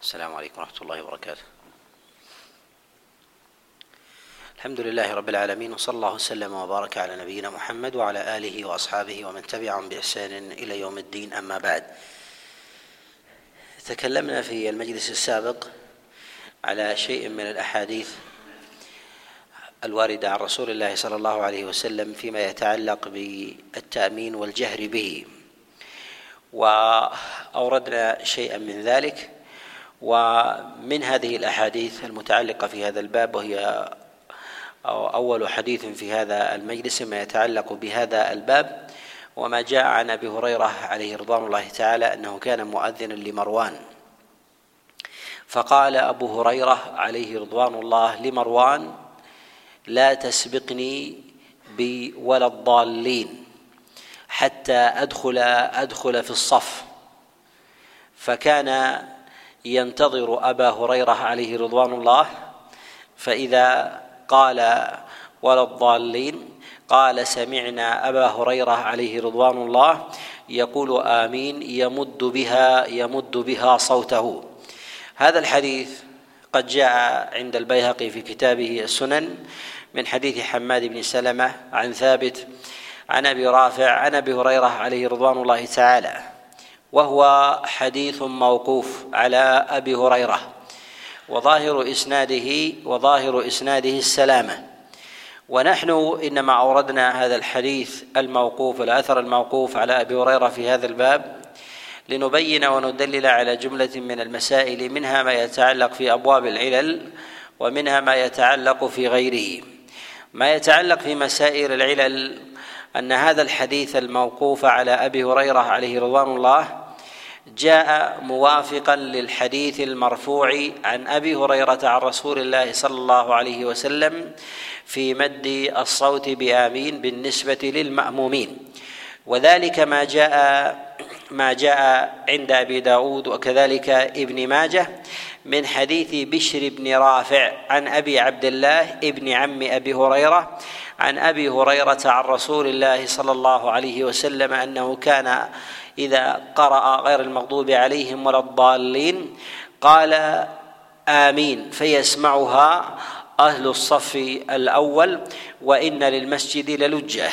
السلام عليكم ورحمة الله وبركاته. الحمد لله رب العالمين، وصلى الله وسلم وبارك على نبينا محمد وعلى آله وأصحابه ومن تبعهم بإحسان إلى يوم الدين. أما بعد، تكلمنا في المجلس السابق على شيء من الأحاديث الواردة عن رسول الله صلى الله عليه وسلم فيما يتعلق بالتأمين والجهر به، وأوردنا شيئا من ذلك. ومن هذه الأحاديث المتعلقة في هذا الباب، وهي أول حديث في هذا المجلس ما يتعلق بهذا الباب، وما جاء عن أبي هريرة عليه رضوان الله تعالى أنه كان مؤذنا لمروان، فقال أبو هريرة عليه رضوان الله لمروان: لا تسبقني بولا الضالين حتى أدخل في الصف. فكان ينتظر أبا هريرة عليه رضوان الله، فإذا قال ولا الضالين قال: سمعنا أبا هريرة عليه رضوان الله يقول آمين يمد بها صوته. هذا الحديث قد جاء عند البيهقي في كتابه السنن من حديث حماد بن سلمة عن ثابت عن أبي رافع عن أبي هريرة عليه رضوان الله تعالى، وهو حديث موقوف على أبي هريرة، وظاهر إسناده السلامة. ونحن إنما أوردنا هذا الحديث الموقوف والأثر الموقوف على أبي هريرة في هذا الباب لنبين وندلل على جملة من المسائل، منها ما يتعلق في أبواب العلل، ومنها ما يتعلق في غيره. ما يتعلق في مسائل العلل أن هذا الحديث الموقوف على أبي هريرة عليه رضوان الله جاء موافقا للحديث المرفوع عن أبي هريرة عن رسول الله صلى الله عليه وسلم في مد الصوت بآمين بالنسبة للمأمومين، وذلك ما جاء عند أبي داود وكذلك ابن ماجه من حديث بشر بن رافع عن أبي عبد الله ابن عم أبي هريرة عن أبي هريرة عن رسول الله صلى الله عليه وسلم أنه كان إذا قرأ غير المغضوب عليهم ولا الضالين قال آمين فيسمعها أهل الصف الأول وإن للمسجد للجة.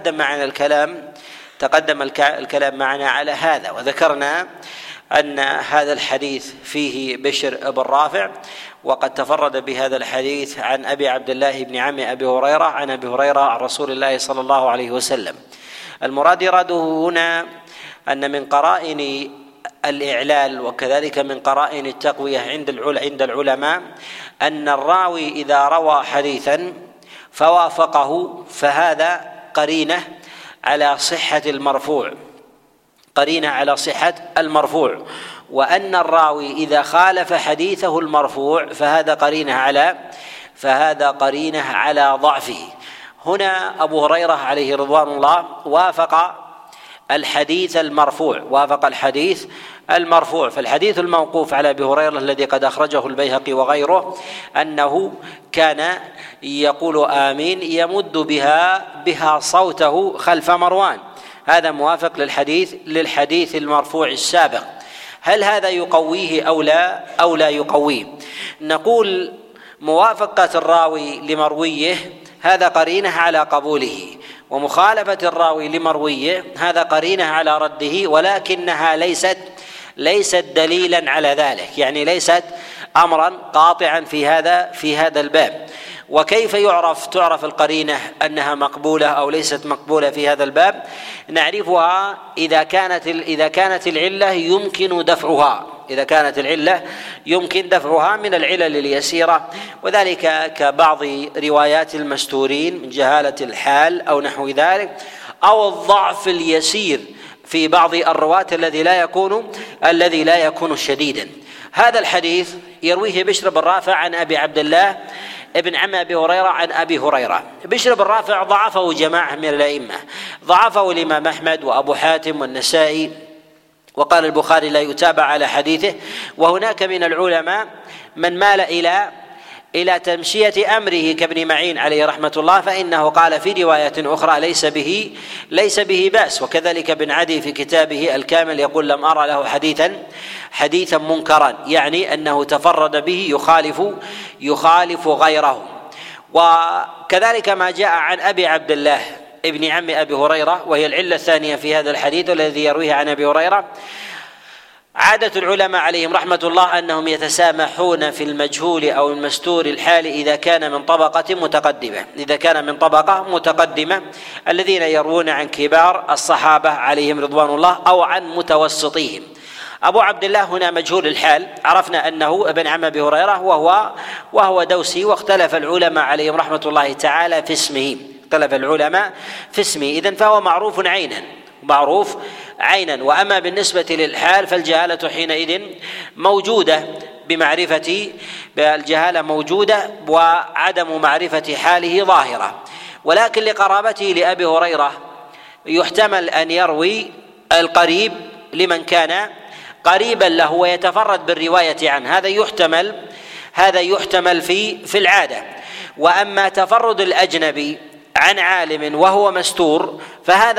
تقدم الكلام معنا على هذا، وذكرنا أن هذا الحديث فيه بشر بن رافع، وقد تفرد بهذا الحديث عن أبي عبد الله بن عم أبي هريرة عن أبي هريرة عن رسول الله صلى الله عليه وسلم. المراد هنا أن من قرائن الإعلال وكذلك من قرائن التقوية عند العلماء أن الراوي إذا روى حديثا فوافقه فهذا قرينة على صحة المرفوع، وأن الراوي إذا خالف حديثه المرفوع فهذا قرينة على ضعفه. هنا أبو هريرة عليه رضوان الله وافق الحديث المرفوع. فالحديث الموقوف على أبي هريرة الذي قد أخرجه البيهقي وغيره أنه كان يقول آمين يمد بها صوته خلف مروان، هذا موافق للحديث المرفوع السابق. هل هذا يقويه أو لا يقويه؟ نقول موافقة الراوي لمرويه هذا قرينة على قبوله، ومخالفة الراوي لمرويه هذا قرينة على رده، ولكنها ليست دليلا على ذلك، يعني ليست أمرا قاطعا في هذا الباب. وكيف تعرف القرينة أنها مقبولة أو ليست مقبولة في هذا الباب؟ نعرفها إذا كانت العلة يمكن دفعها من العلل اليسيرة، وذلك كبعض روايات المستورين من جهالة الحال أو نحو ذلك، أو الضعف اليسير في بعض الرواة الذي لا يكون شديدا. هذا الحديث يرويه بشر بن رافع عن أبي عبد الله ابن عم أبي هريرة عن أبي هريرة. بشر بن رافع ضعفه جماعة من الأئمة، ضعفه الإمام أحمد وأبو حاتم والنسائي، وقال البخاري لا يتابع على حديثه. وهناك من العلماء من مال إلى تمشية أمره كابن معين عليه رحمة الله، فإنه قال في رواية أخرى ليس به بأس. وكذلك ابن عدي في كتابه الكامل يقول لم أرى له حديثا منكرا، يعني أنه تفرد به يخالف غيره. وكذلك ما جاء عن أبي عبد الله ابن عم أبي هريرة، وهي العلة الثانية في هذا الحديث الذي يرويه عن أبي هريرة. عادة العلماء عليهم رحمة الله أنهم يتسامحون في المجهول أو المستور الحال إذا كان من طبقة متقدمة، الذين يروون عن كبار الصحابة عليهم رضوان الله أو عن متوسطيهم. أبو عبد الله هنا مجهول الحال، عرفنا أنه ابن عم أبي هريرة وهو دوسي، واختلف العلماء عليهم رحمة الله تعالى في اسمه، إذن فهو معروف عينا. وأما بالنسبة للحال فالجهالة حينئذ موجودة، الجهالة موجودة وعدم معرفة حاله ظاهرة. ولكن لقرابته لأبي هريرة يحتمل أن يروي القريب لمن كان قريبا له ويتفرد بالرواية عنه، هذا يحتمل في العادة. وأما تفرد الأجنبي عن عالم وهو مستور فهذا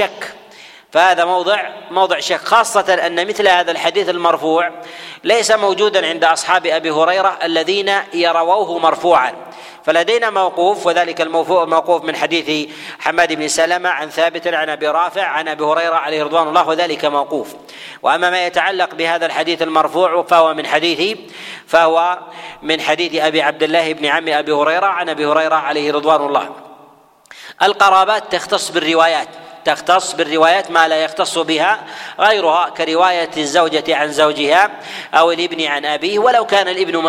موضع شك، خاصة أن مثل هذا الحديث المرفوع ليس موجودا عند أصحاب أبي هريرة الذين يرووه مرفوعا، فلدينا موقوف، وذلك الموقوف من حديث حماد بن سلمة عن ثابت عن أبي رافع عن أبي هريرة عليه رضوان الله، وذلك موقوف. وأما ما يتعلق بهذا الحديث المرفوع فهو من حديث أبي عبد الله بن عم أبي هريرة عن أبي هريرة عليه رضوان الله. القرابات تختص بالروايات ما لا يختص بها غيرها، كرواية الزوجة عن زوجها أو الابن عن أبيه ولو كان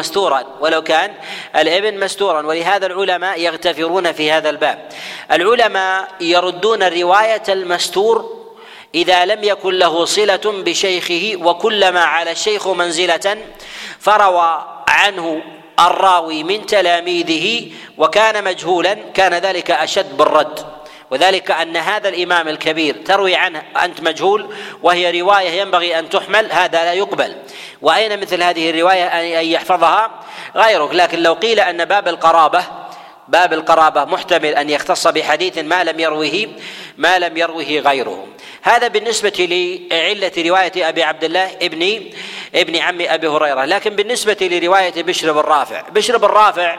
الابن مستورا. ولهذا العلماء يغتفرون في هذا الباب. العلماء يردون الرواية المستور إذا لم يكن له صلة بشيخه، وكلما على الشيخ منزلة فروى عنه الراوي من تلاميذه وكان مجهولا كان ذلك أشد بالرد، وذلك أن هذا الإمام الكبير تروي عنه أنت مجهول وهي رواية ينبغي أن تحمل، هذا لا يقبل. وأين مثل هذه الرواية أن يحفظها غيرك؟ لكن لو قيل أن باب القرابة محتمل أن يختص بحديث ما لم يروه غيره. هذا بالنسبة لعلة رواية أبي عبد الله ابن عم أبي هريرة. لكن بالنسبة لرواية بشر بن رافع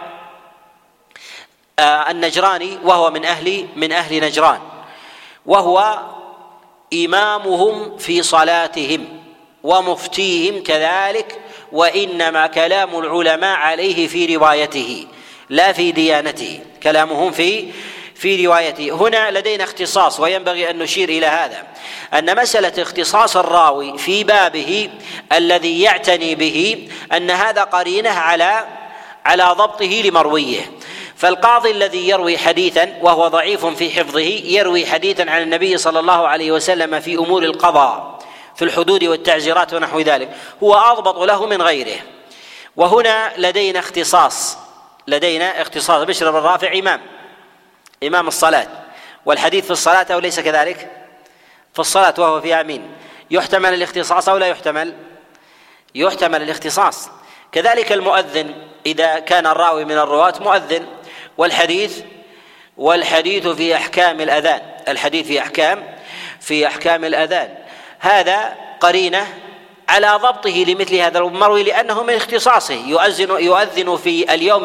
النجراني، وهو من أهل نجران، وهو إمامهم في صلاتهم ومفتيهم كذلك، وإنما كلام العلماء عليه في روايته لا في ديانته، كلامهم في روايته. هنا لدينا اختصاص، وينبغي أن نشير إلى هذا، أن مسألة اختصاص الراوي في بابه الذي يعتني به أن هذا قرينة على ضبطه لمرويه. فالقاضي الذي يروي حديثا وهو ضعيف في حفظه يروي حديثا عن النبي صلى الله عليه وسلم في أمور القضاء في الحدود والتعزيرات ونحو ذلك، هو أضبط له من غيره. وهنا لدينا اختصاص بشر بن رافع إمام الصلاة، والحديث في الصلاة أو ليس كذلك؟ في الصلاة وهو في أمين، يحتمل الاختصاص أو لا يحتمل الاختصاص. كذلك المؤذن إذا كان الراوي من الرواة مؤذن، والحديث في أحكام الأذان، في أحكام الأذان، هذا قرينة على ضبطه لمثل هذا المروي لأنه من اختصاصه، يؤذن في اليوم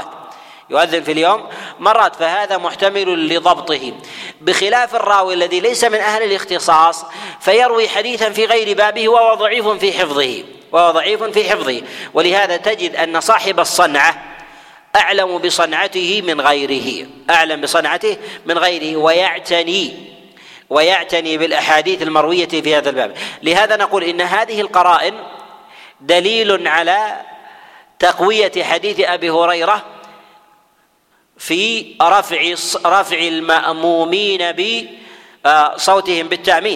مرات، فهذا محتمل لضبطه، بخلاف الراوي الذي ليس من أهل الاختصاص فيروي حديثا في غير بابه وهو ضعيف في حفظه. ولهذا تجد أن صاحب الصنعة أعلم بصنعته من غيره ويعتني بالأحاديث المروية في هذا الباب. لهذا نقول إن هذه القرائن دليل على تقوية حديث أبي هريرة في رفع المأمومين بصوتهم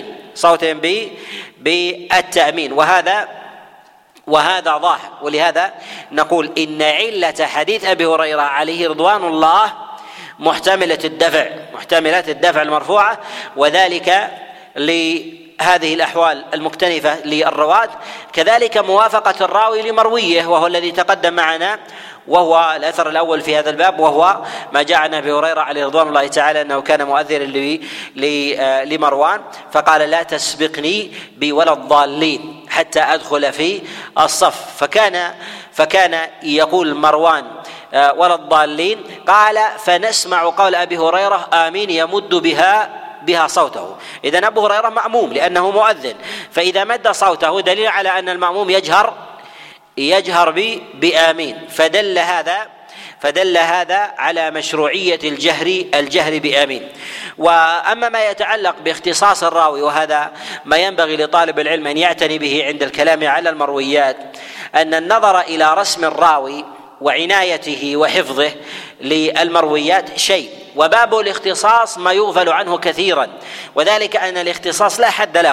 بالتأمين، وهذا ظاهر. ولهذا نقول إن علة حديث أبي هريرة عليه رضوان الله محتملة الدفع المرفوعة، وذلك هذه الأحوال المكتنفة للرواة. كذلك موافقة الراوي لمرويه، وهو الذي تقدم معنا، وهو الأثر الأول في هذا الباب، وهو ما جاء عن أبي هريرة عليه رضوان الله تعالى أنه كان مؤذنا لمروان فقال: لا تسبقني بولا الضالين حتى أدخل في الصف. فكان يقول مروان: ولا الضالين. قال: فنسمع قول أبي هريرة: آمين، يمد بها صوته. إذن أبو هريرة مأموم لأنه مؤذن، فإذا مد صوته دليل على أن المأموم يجهر بآمين، فدل هذا على مشروعية الجهر بآمين. وأما ما يتعلق باختصاص الراوي، وهذا ما ينبغي لطالب العلم أن يعتني به عند الكلام على المرويات، أن النظر إلى رسم الراوي وعنايته وحفظه للمرويات شيء، وباب الاختصاص ما يغفل عنه كثيرا، وذلك أن الاختصاص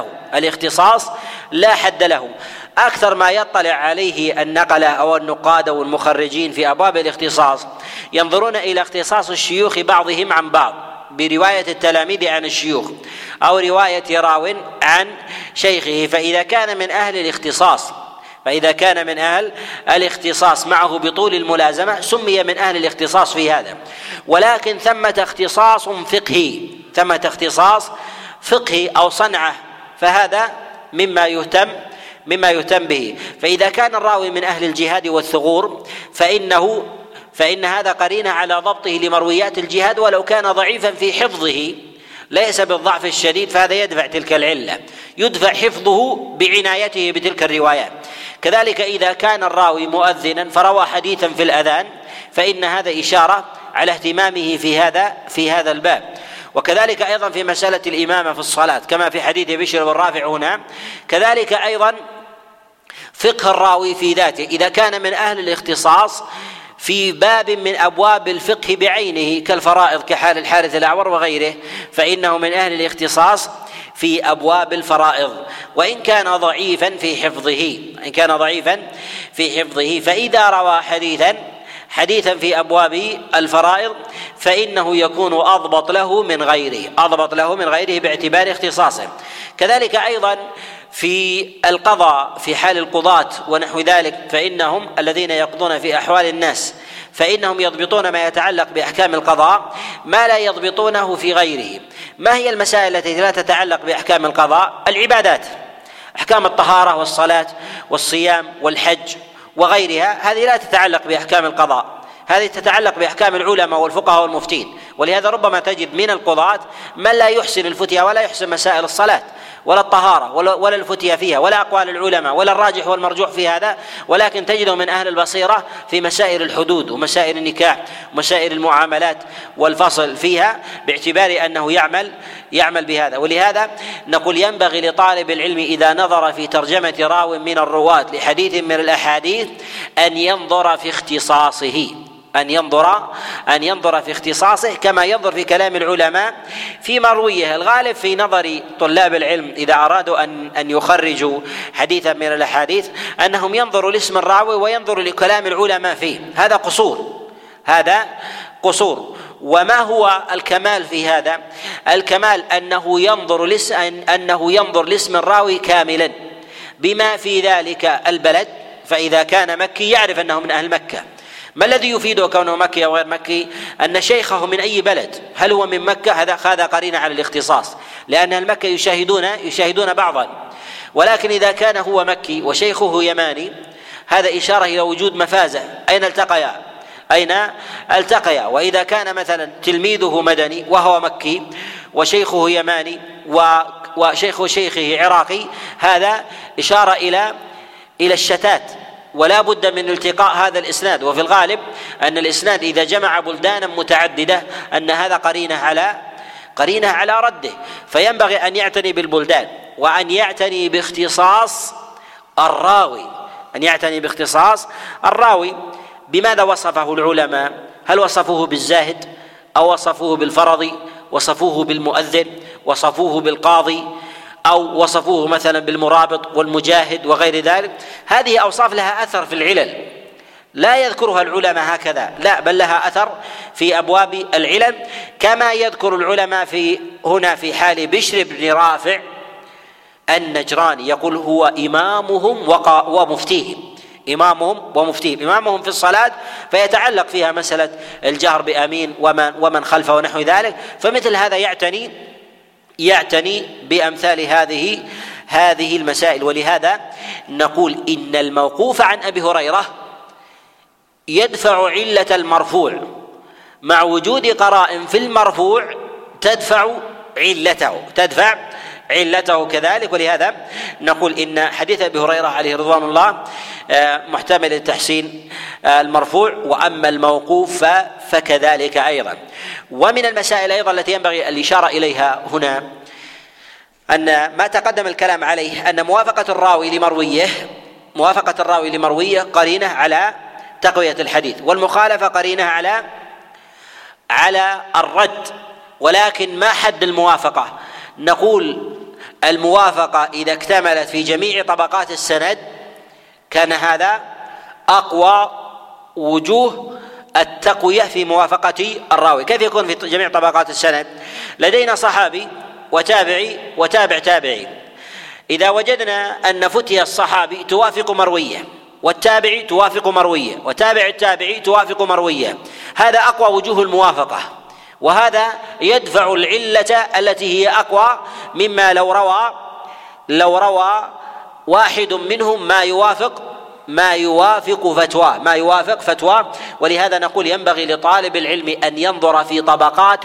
لا حد له. أكثر ما يطلع عليه النقلة أو النقاد أو المخرجين في أبواب الاختصاص ينظرون إلى اختصاص الشيوخ بعضهم عن بعض برواية التلاميذ عن الشيوخ أو رواية راو عن شيخه، فإذا كان من أهل الاختصاص معه بطول الملازمة سمي من أهل الاختصاص في هذا. ولكن ثمة اختصاص فقهي أو صنعة، فهذا مما يهتم به. فإذا كان الراوي من أهل الجهاد والثغور فإن هذا قرينة على ضبطه لمرويات الجهاد، ولو كان ضعيفا في حفظه ليس بالضعف الشديد، فهذا يدفع تلك العلة، يدفع حفظه بعنايته بتلك الروايات. كذلك إذا كان الراوي مؤذنا فروى حديثا في الأذان، فإن هذا إشارة على اهتمامه في هذا الباب. وكذلك أيضا في مسألة الإمامة في الصلاة كما في حديث بشر والرافع هنا. كذلك أيضا فقه الراوي في ذاته، إذا كان من أهل الاختصاص في باب من أبواب الفقه بعينه كالفرائض كحال الحارث الأعور وغيره، فإنه من أهل الاختصاص في أبواب الفرائض، وإن كان ضعيفا في حفظه. فإذا روى حديثا في أبواب الفرائض فإنه يكون أضبط له من غيره باعتبار اختصاصه. كذلك أيضا في القضاء في حال القضاة ونحو ذلك، فإنهم الذين يقضون في أحوال الناس فإنهم يضبطون ما يتعلق بأحكام القضاء ما لا يضبطونه في غيره. ما هي المسائل التي لا تتعلق بأحكام القضاء؟ العبادات، أحكام الطهارة والصلاة والصيام والحج وغيرها، هذه لا تتعلق بأحكام القضاء، هذه تتعلق بأحكام العلماء والفقهاء والمفتين. ولهذا ربما تجد من القضاة من لا يحسن الفتيا ولا يحسن مسائل الصلاة ولا الطهارة ولا الفتيا فيها ولا أقوال العلماء ولا الراجح والمرجوح في هذا، ولكن تجده من أهل البصيرة في مسائل الحدود ومسائل النكاح ومسائل المعاملات والفصل فيها، باعتبار أنه يعمل بهذا. ولهذا نقول ينبغي لطالب العلم إذا نظر في ترجمة راو من الرواة لحديث من الأحاديث أن ينظر في اختصاصه كما ينظر في كلام العلماء في مرويه. الغالب في نظر طلاب العلم إذا أرادوا أن يخرجوا حديثا من الأحاديث أنهم ينظروا لاسم الراوي وينظروا لكلام العلماء فيه، هذا قصور. وما هو الكمال في هذا؟ الكمال أنه ينظر لاسم الراوي كاملا بما في ذلك البلد، فإذا كان مكي يعرف أنه من أهل مكة. ما الذي يفيده كونه مكي أو غير مكي؟ أن شيخه من أي بلد، هل هو من مكة؟ هذا قرينة على الاختصاص، لأن المكة يشاهدون بعضا. ولكن إذا كان هو مكي وشيخه يماني، هذا إشارة إلى وجود مفازة، أين التقيا. وإذا كان مثلا تلميذه مدني وهو مكي وشيخه يماني شيخه عراقي، هذا إشارة إلى الشتات، ولا بد من التقاء هذا الإسناد. وفي الغالب أن الإسناد إذا جمع بلدانا متعددة أن هذا قرينة على رده، فينبغي أن يعتني بالبلدان وأن يعتني باختصاص الراوي. بماذا وصفه العلماء؟ هل وصفوه بالزاهد أو وصفوه بالفرضي، وصفوه بالمؤذن، وصفوه بالقاضي، أو وصفوه مثلا بالمرابط والمجاهد وغير ذلك؟ هذه أوصاف لها أثر في العلل، لا يذكرها العلماء هكذا، لا، بل لها أثر في أبواب العلل، كما يذكر العلماء هنا في حال بشر بن رافع النجراني يقول هو إمامهم ومفتيهم إمامهم في الصلاة، فيتعلق فيها مسألة الجهر بآمين ومن خلفه ونحو ذلك. فمثل هذا يعتني بأمثال هذه المسائل. ولهذا نقول إن الموقوف عن أبي هريرة يدفع علة المرفوع مع وجود قرائن في المرفوع تدفع علته كذلك. ولهذا نقول إن حديث أبي هريرة عليه رضوان الله محتمل لتحسين المرفوع، وأما الموقوف فكذلك أيضا. ومن المسائل أيضا التي ينبغي الإشارة إليها هنا أن ما تقدم الكلام عليه أن موافقة الراوي لمرويه قرينة على تقوية الحديث، والمخالفة قرينة على الرد. ولكن ما حد الموافقة؟ نقول الموافقة إذا اكتملت في جميع طبقات السند كان هذا أقوى وجوه التقوية في موافقة الراوي. كيف يكون في جميع طبقات السند؟ لدينا صحابي وتابعي وتابع تابعي، إذا وجدنا أن فتية الصحابي توافق مروية، والتابعي توافق مروية، وتابع التابعي توافق مروية، هذا أقوى وجوه الموافقة، وهذا يدفع العلة التي هي أقوى مما لو روى واحد منهم ما يوافق فتوى. ولهذا نقول ينبغي لطالب العلم أن ينظر في طبقات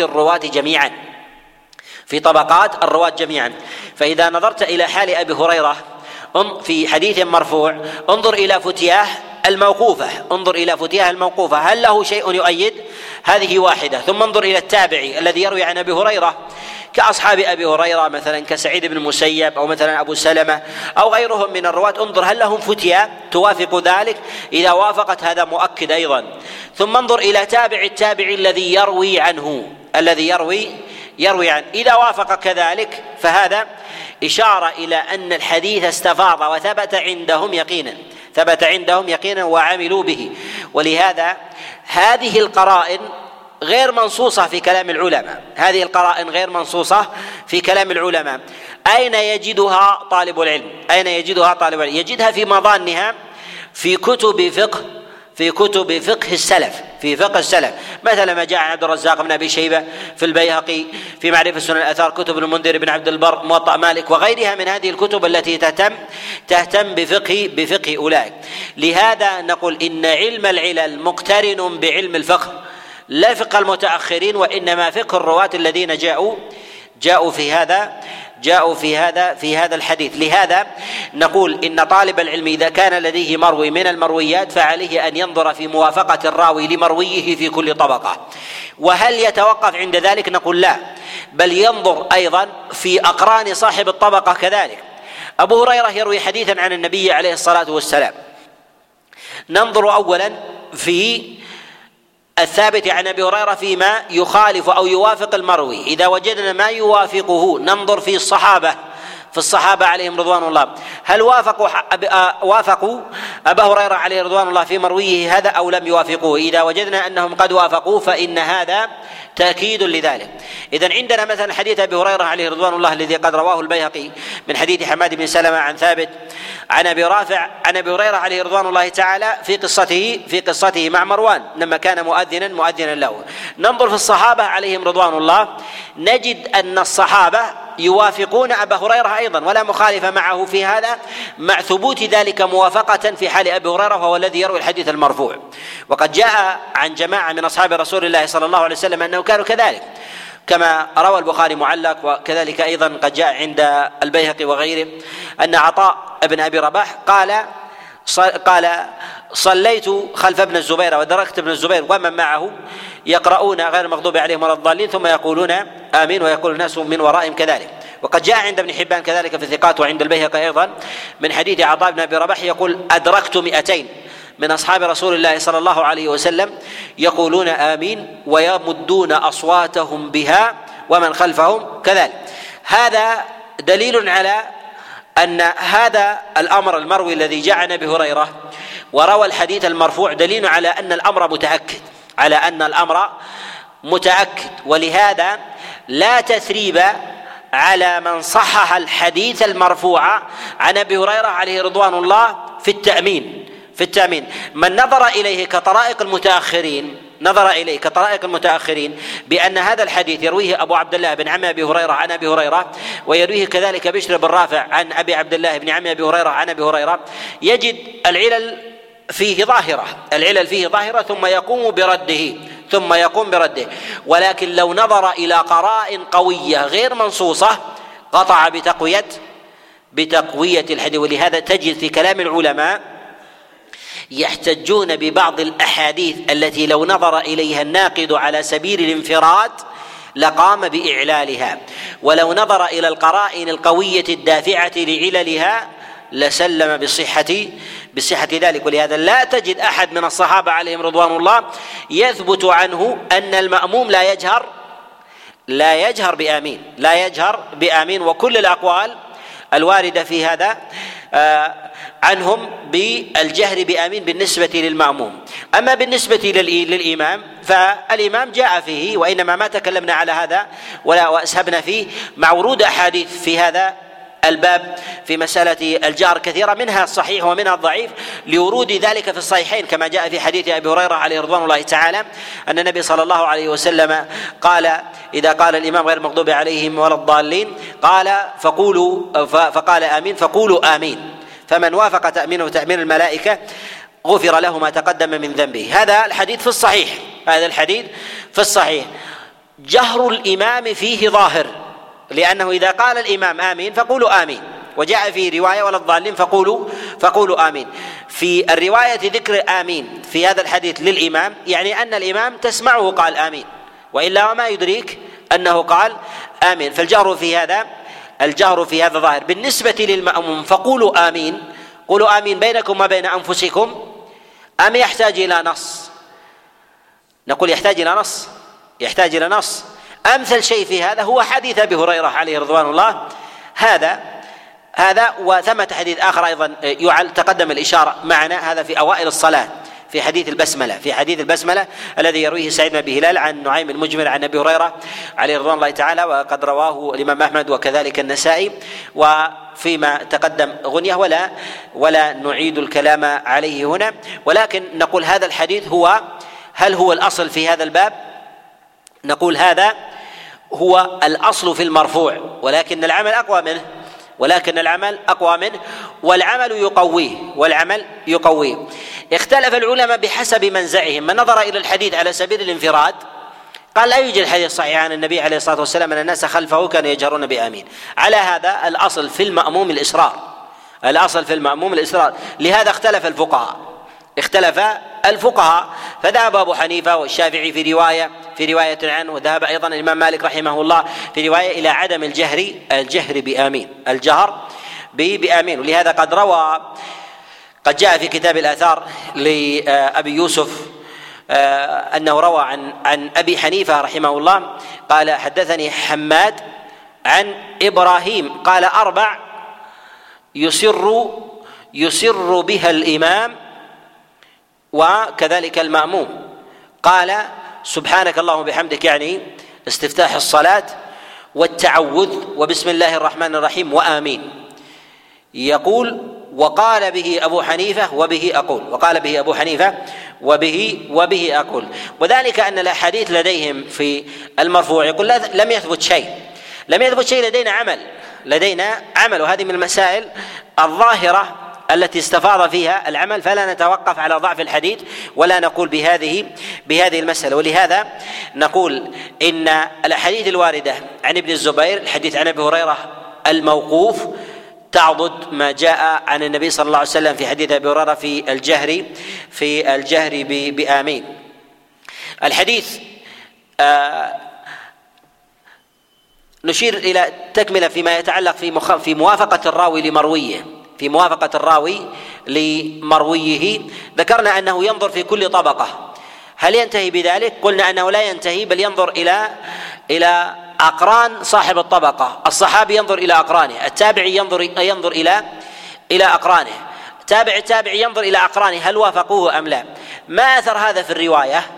الرواة جميعا. فإذا نظرت إلى حال أبي هريرة في حديث مرفوع انظر إلى فتياه الموقوفة، هل له شيء يؤيد؟ هذه واحدة. ثم انظر إلى التابعي الذي يروي عن أبي هريرة كأصحاب أبي هريرة مثلا كسعيد بن المسيب أو مثلا أبو سلمة أو غيرهم من الرواة، انظر هل لهم فتية توافق ذلك؟ إذا وافقت هذا مؤكد أيضا. ثم انظر إلى تابع التابعي الذي يروي عنه إذا وافق كذلك فهذا إشارة إلى أن الحديث استفاض وثبت عندهم يقينا وعملوا به. ولهذا هذه القرائن غير منصوصة في كلام العلماء. أين يجدها طالب العلم؟ يجدها في مظانها في كتب فقه السلف، مثل ما جاء عن عبد الرزاق بن أبي شيبة في البيهقي في معرفة سنن الآثار، كتب المنذر بن عبد البر، موطأ مالك، وغيرها من هذه الكتب التي تهتم بفقه أولئك. لهذا نقول إن علم العلل مقترن بعلم الفقه، لا فقه المتأخرين وإنما فقه الرواة الذين جاءوا في هذا الحديث. لهذا نقول إن طالب العلم إذا كان لديه مروي من المرويات فعليه أن ينظر في موافقة الراوي لمرويه في كل طبقة. وهل يتوقف عند ذلك؟ نقول لا، بل ينظر أيضا في أقران صاحب الطبقة كذلك. أبو هريرة يروي حديثا عن النبي عليه الصلاة والسلام، ننظر أولا في الثابت عن أبي هريرة فيما يخالف أو يوافق المروي. إذا وجدنا ما يوافقه ننظر في الصحابة عليهم رضوان الله، هل وافقوا أبا هريرة عليه رضوان الله في مرويه هذا أو لم يوافقوه؟ إذا وجدنا أنهم قد وافقوه فإن هذا تأكيد لذلك. إذن عندنا مثلا حديث أبي هريرة عليه رضوان الله الذي قد رواه البيهقي من حديث حماد بن سلمة عن ثابت عن أبي رافع عن أبي هريرة عليه رضوان الله تعالى في قصته مع مروان لما كان مؤذنا له. ننظر في الصحابة عليهم رضوان الله نجد أن الصحابة يوافقون أبا هريرة أيضا ولا مخالف معه في هذا، مع ثبوت ذلك موافقة في حال أبي هريرة وهو الذي يروي الحديث المرفوع. وقد جاء عن جماعة من أصحاب رسول الله صلى الله عليه وسلم أنه كانوا كذلك، كما روى البخاري معلق، وكذلك أيضا قد جاء عند البيهقي وغيره أن عطاء بن أبي رباح قال صليت خلف ابن الزبير ودركت ابن الزبير ومن معه يقرؤون غير المغضوب عليهم ولا الضالين ثم يقولون آمين ويقول الناس من ورائهم كذلك. وقد جاء عند ابن حبان كذلك في الثقات وعند البيهقي أيضا من حديث عطاء بن أبي رباح يقول أدركت 200 من أصحاب رسول الله صلى الله عليه وسلم يقولون آمين ويمدون أصواتهم بها ومن خلفهم كذلك. هذا دليل على أن هذا الأمر المروي الذي جاء عن أبي هريرة وروى الحديث المرفوع دليل على أن الأمر متأكد، ولهذا لا تثريب على من صحح الحديث المرفوع عن أبي هريرة عليه رضوان الله في التأمين. من نظر إليه كطرائق المتأخرين بأن هذا الحديث يرويه أبو عبد الله بن عم أبي هريرة عن أبي هريرة، ويرويه كذلك بشر بن رافع عن أبي عبد الله بن عم أبي هريرة عن أبي هريرة، يجد العلل فيه ظاهرة ثم يقوم برده. ولكن لو نظر إلى قرائن قوية غير منصوصة قطع بتقوية الحديث. ولهذا تجد في كلام العلماء يحتجون ببعض الأحاديث التي لو نظر إليها الناقد على سبيل الانفراد لقام بإعلالها، ولو نظر إلى القرائن القوية الدافعة لعللها لسلم بصحة ذلك. ولهذا لا تجد أحد من الصحابة عليهم رضوان الله يثبت عنه أن المأموم لا يجهر بآمين، وكل الأقوال الواردة في هذا عنهم بالجهر بآمين بالنسبة للمأموم. أما بالنسبة للإمام فالإمام جاء فيه، وإنما ما تكلمنا على هذا وأسهبنا فيه مع ورود أحاديث في هذا الباب في مسألة الجهر كثيرة، منها الصحيح ومنها الضعيف، لورود ذلك في الصحيحين كما جاء في حديث أبي هريرة عليه رضوان الله تعالى أن النبي صلى الله عليه وسلم قال: إذا قال الإمام غير المغضوب عليهم ولا الضالين فقال آمين فقولوا آمين، فمن وافق تأمينه تأمين الملائكة غفر له ما تقدم من ذنبه. هذا الحديث في الصحيح. جهر الإمام فيه ظاهر، لأنه إذا قال الإمام آمين فقولوا آمين، وجاء في رواية ولا الضالين فقولوا آمين. في الرواية ذكر آمين في هذا الحديث للإمام يعني أن الإمام تسمعه قال آمين، وإلا وما يدريك أنه قال آمين، فالجهر في هذا ظاهر. بالنسبة للمأموم فقولوا آمين، قولوا آمين بينكم وبين أنفسكم، أم يحتاج إلى نص؟ نقول يحتاج إلى نص. أمثل شيء في هذا هو حديث أبي هريرة عليه رضوان الله هذا وثمة حديث آخر أيضا تقدم الإشارة معنا، هذا في أوائل الصلاة في حديث البسملة الذي يرويه سعيد بن أبي هلال عن نعيم المجمل عن أبي هريرة عليه رضوان الله تعالى، وقد رواه الإمام أحمد وكذلك النسائي، وفيما تقدم غنية ولا نعيد الكلام عليه هنا. ولكن نقول هذا الحديث هل هو الأصل في هذا الباب؟ نقول هذا هو الأصل في المرفوع، ولكن العمل أقوى منه والعمل يقويه. اختلف العلماء بحسب منزعهم. من نظر إلى الحديث على سبيل الانفراد قال لا يوجد حديث صحيح عن النبي عليه الصلاة والسلام أن الناس خلفه كانوا يجهرون بآمين. على هذا الأصل في المأموم الإصرار. لهذا اختلف الفقهاء فذهب أبو حنيفة والشافعي في رواية عنه، وذهب أيضا الإمام مالك رحمه الله في رواية إلى عدم الجهر بآمين. ولهذا قد جاء في كتاب الآثار لأبي يوسف أنه روى عن أبي حنيفة رحمه الله قال: حدثني حماد عن إبراهيم قال: 4 يسر بها الإمام وكذلك المأموم. قال: سبحانك اللهم وبحمدك، يعني استفتاح الصلاة، والتعوذ، وبسم الله الرحمن الرحيم، وآمين. يقول: وقال به أبو حنيفة وبه أقول. وذلك أن الأحاديث لديهم في المرفوع يقول لم يثبت شيء، لدينا عمل، وهذه من المسائل الظاهرة التي استفاض فيها العمل، فلا نتوقف على ضعف الحديث ولا نقول بهذه المسألة. ولهذا نقول إن الأحاديث الواردة عن ابن الزبير، الحديث عن أبي هريرة الموقوف، تعضد ما جاء عن النبي صلى الله عليه وسلم في حديث أبي هريرة في الجهر بآمين. الحديث نشير إلى تكملة فيما يتعلق في موافقة الراوي لمرويه. ذكرنا أنه ينظر في كل طبقة، هل ينتهي بذلك؟ قلنا أنه لا ينتهي، بل ينظر إلى أقران صاحب الطبقة. الصحابي ينظر إلى أقرانه، التابعي ينظر إلى أقرانه، التابعي ينظر إلى أقرانه هل وافقوه أم لا. ما أثر هذا في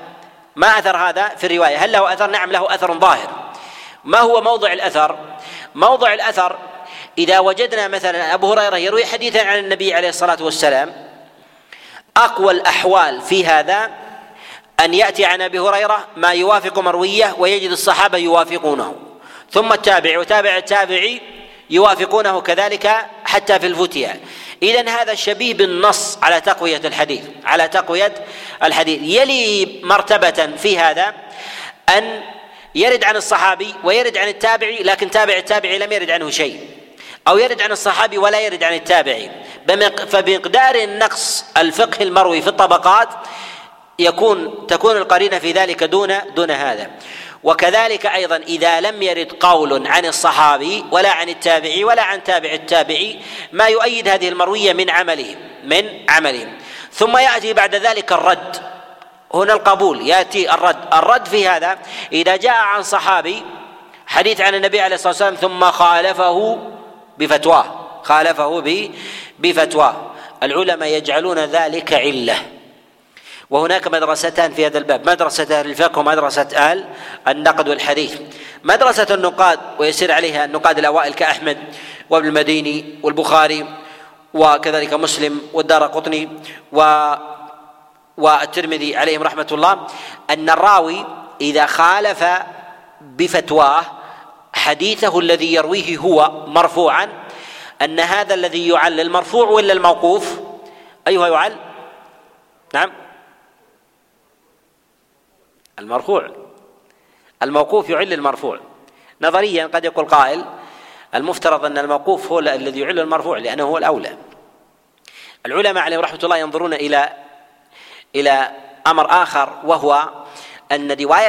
الرواية؟ هل له أثر؟ نعم له أثر ظاهر. ما هو موضع الأثر؟ موضع الأثر إذا وجدنا مثلا أبو هريرة يروي حديثا عن النبي عليه الصلاة والسلام، أقوى الأحوال في هذا أن يأتي عن أبي هريرة ما يوافق مرويه ويجد الصحابة يوافقونه، ثم التابع وتابع التابعي يوافقونه كذلك حتى في الفتيا. إذن هذا شبيه بالنص على تقوية الحديث. يلي مرتبة في هذا أن يرد عن الصحابي ويرد عن التابعي، لكن تابع التابعي لم يرد عنه شيء، أو يرد عن الصحابي ولا يرد عن التابعي، فبمقدار النقص الفقه المروي في الطبقات تكون القرينة في ذلك دون هذا. وكذلك أيضا إذا لم يرد قول عن الصحابي ولا عن التابعي ولا عن تابع التابعي ما يؤيد هذه المروية من عملهم، ثم يأتي بعد ذلك الرد. هنا القبول يأتي الرد في هذا إذا جاء عن صحابي حديث عن النبي عليه الصلاة والسلام ثم خالفه بفتواه، العلماء يجعلون ذلك علة. وهناك مدرستان في هذا الباب، مدرسة أهل الفقه ومدرسة أهل النقد والحديث. مدرسة النقاد ويسير عليها النقاد الأوائل كأحمد وابن المديني والبخاري وكذلك مسلم والدارقطني والترمذي عليهم رحمة الله، أن الراوي إذا خالف بفتواه حديثه الذي يرويه هو مرفوعا، أن هذا الذي يعل المرفوع ولا الموقوف؟ أيها يعل؟ نعم، الموقوف يعل المرفوع. نظريا قد يقول قائل المفترض أن الموقوف هو الذي يعل المرفوع لأنه هو الأولى. العلماء عليهم رحمة الله ينظرون إلى أمر آخر، وهو أن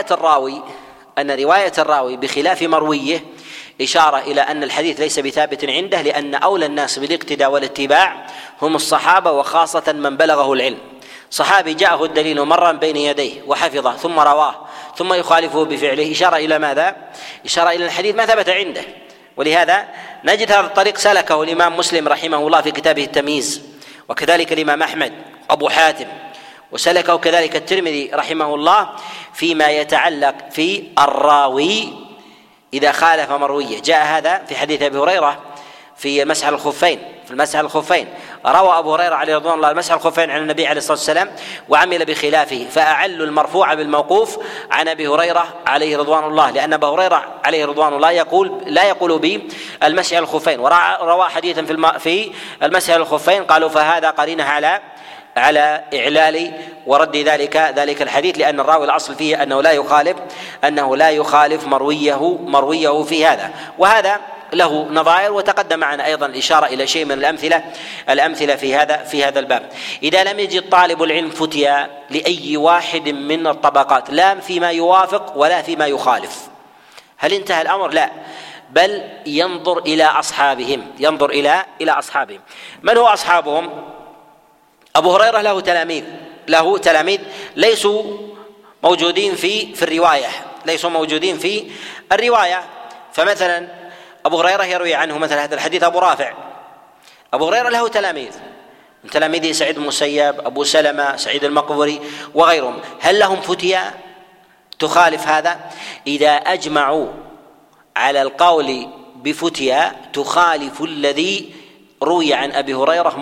رواية الراوي بخلاف مرويه إشارة إلى أن الحديث ليس بثابت عنده، لأن أولى الناس بالاقتداء والاتباع هم الصحابة، وخاصة من بلغه العلم. صحابي جاءه الدليل مرا بين يديه وحفظه ثم رواه ثم يخالفه بفعله، إشارة إلى ماذا؟ إشارة إلى الحديث ما ثبت عنده. ولهذا نجد هذا الطريق سلكه الإمام مسلم رحمه الله في كتابه التمييز، وكذلك الإمام أحمد أبو حاتم، وسلكه كذلك الترمذي رحمه الله فيما يتعلق في الراوي إذا خالف مرويه. جاء هذا في حديث أبي هريرة في المسح الخفين، روى أبو هريرة عليه رضوان الله المسح الخفين عن النبي عليه الصلاة والسلام وعمل بخلافه، فأعلوا المرفوع بالموقوف عن أبي هريرة عليه رضوان الله، لأن أبا هريرة عليه رضوان الله لا يقول بالمسح الخفين، وروى حديثا في المسح الخفين قالوا فهذا قرينه على إعلال ورد ذلك الحديث، لأن الراوي الأصل فيه أنه لا يخالف مرويه في هذا. وهذا له نظائر، وتقدم معنا أيضا الإشارة إلى شيء من الأمثلة في هذا الباب. إذا لم يجد طالب العلم فتيا لأي واحد من الطبقات لا فيما يوافق ولا فيما يخالف، هل انتهى الأمر؟ لا، بل ينظر إلى أصحابهم. من هو أصحابهم؟ أبو هريرة له تلاميذ ليسوا موجودين في الرواية، فمثلا أبو هريرة يروي عنه مثلا هذا الحديث أبو رافع. أبو هريرة له تلاميذ، من تلاميذه سعيد المسيب، أبو سلمة، سعيد المقبري وغيرهم. هل لهم فتيا تخالف هذا؟ إذا أجمعوا على القول بفتيا تخالف الذي روي عن أبي هريرة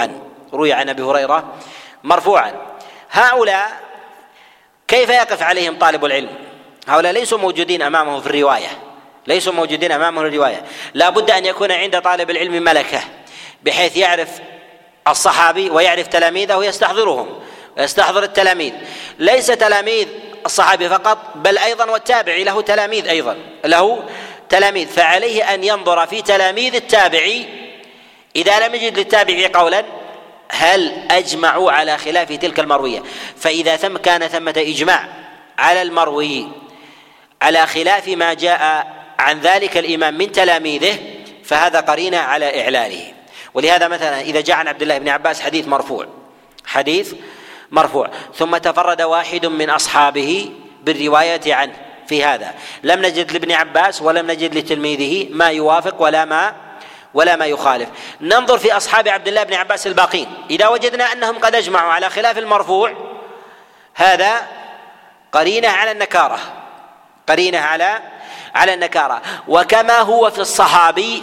مرفوعا، هؤلاء كيف يقف عليهم طالب العلم؟ هؤلاء ليسوا موجودين أمامه في الرواية، لا بد أن يكون عند طالب العلم ملكة بحيث يعرف الصحابي ويعرف تلاميذه ويستحضر التلاميذ، ليس تلاميذ الصحابي فقط بل أيضا والتابعي له تلاميذ، فعليه أن ينظر في تلاميذ التابعي إذا لم يجد للتابعي قولا هل أجمعوا على خلاف تلك المروية، فإذا كان ثمة إجماع على المروي على خلاف ما جاء عن ذلك الإمام من تلاميذه فهذا قرينة على إعلاله. ولهذا مثلا إذا جاء عن عبد الله بن عباس حديث مرفوع ثم تفرد واحد من أصحابه بالرواية عنه في هذا، لم نجد لابن عباس ولم نجد لتلميذه ما يوافق ولا ما يخالف، ننظر في أصحاب عبد الله بن عباس الباقين، إذا وجدنا أنهم قد أجمعوا على خلاف المرفوع هذا قرينة على على النكارة. وكما هو في الصحابي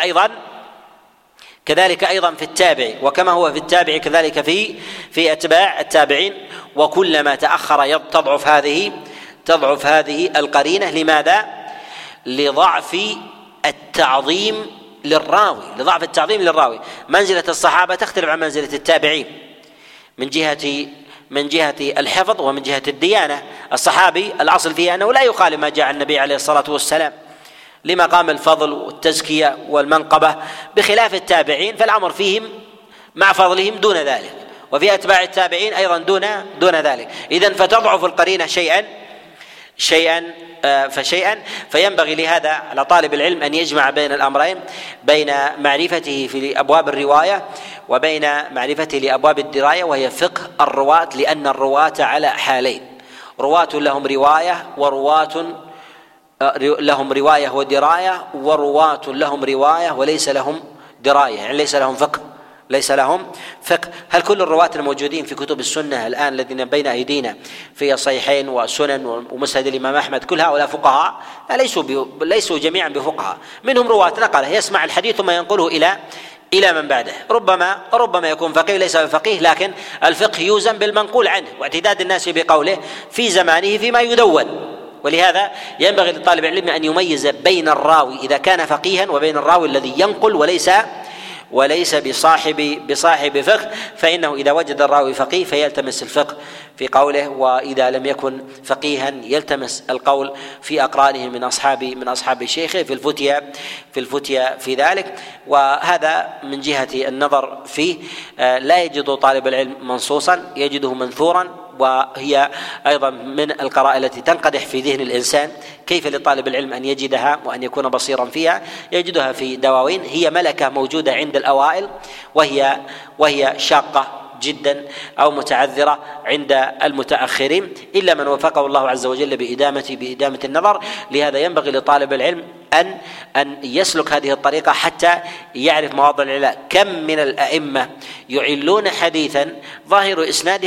كذلك أيضا في التابع، وكما هو في التابع كذلك في أتباع التابعين. وكلما تأخر تضعف هذه القرينة. لماذا؟ لضعف التعظيم للراوي. منزلة الصحابة تختلف عن منزلة التابعين من جهة الحفظ ومن جهة الديانة. الصحابي الأصل فيه أنه لا يخالف ما جاء عن النبي عليه الصلاة والسلام لمقام الفضل والتزكية والمنقبة، بخلاف التابعين فالأمر فيهم مع فضلهم دون ذلك، وفي أتباع التابعين أيضا دون ذلك. إذن فتضعف القرينة شيئا فينبغي لهذا على طالب العلم أن يجمع بين الأمرين، بين معرفته في أبواب الرواية وبين معرفته لأبواب الدراية، وهي فقه الرواة. لأن الرواة على حالين: رواة لهم رواية ورواة لهم رواية ودراية، ورواة لهم رواية وليس لهم دراية، يعني ليس لهم فقه. هل كل الرواة الموجودين في كتب السنة الآن الذين بين أيدينا في الصحيحين والسنن ومسند الإمام أحمد كل هؤلاء فقهاء؟ ليسوا جميعا بفقهاء، منهم رواة نقله يسمع الحديث ثم ينقله إلى من بعده. ربما يكون فقيه ليس بفقيه، لكن الفقه يوزن بالمنقول عنه واعتداد الناس بقوله في زمانه فيما يدون. ولهذا ينبغي لطالب العلم أن يميز بين الراوي إذا كان فقيها وبين الراوي الذي ينقل وليس بصاحب فقه، فإنه إذا وجد الراوي فقيه فيلتمس الفقه في قوله، وإذا لم يكن فقيها يلتمس القول في أقرانه من أصحاب شيخه في الفتيا في ذلك. وهذا من جهة النظر فيه لا يجد طالب العلم منصوصا، يجده منثورا، وهي أيضا من القرائن التي تنقدح في ذهن الإنسان. كيف لطالب العلم أن يجدها وأن يكون بصيرا فيها؟ يجدها في دواوين، هي ملكة موجودة عند الأوائل وهي شاقة جدا أو متعذرة عند المتأخرين، إلا من وفقه الله عز وجل بإدامة النظر. لهذا ينبغي لطالب العلم أن يسلك هذه الطريقة حتى يعرف مواضع العلاء. كم من الأئمة يعلون حديثا ظاهر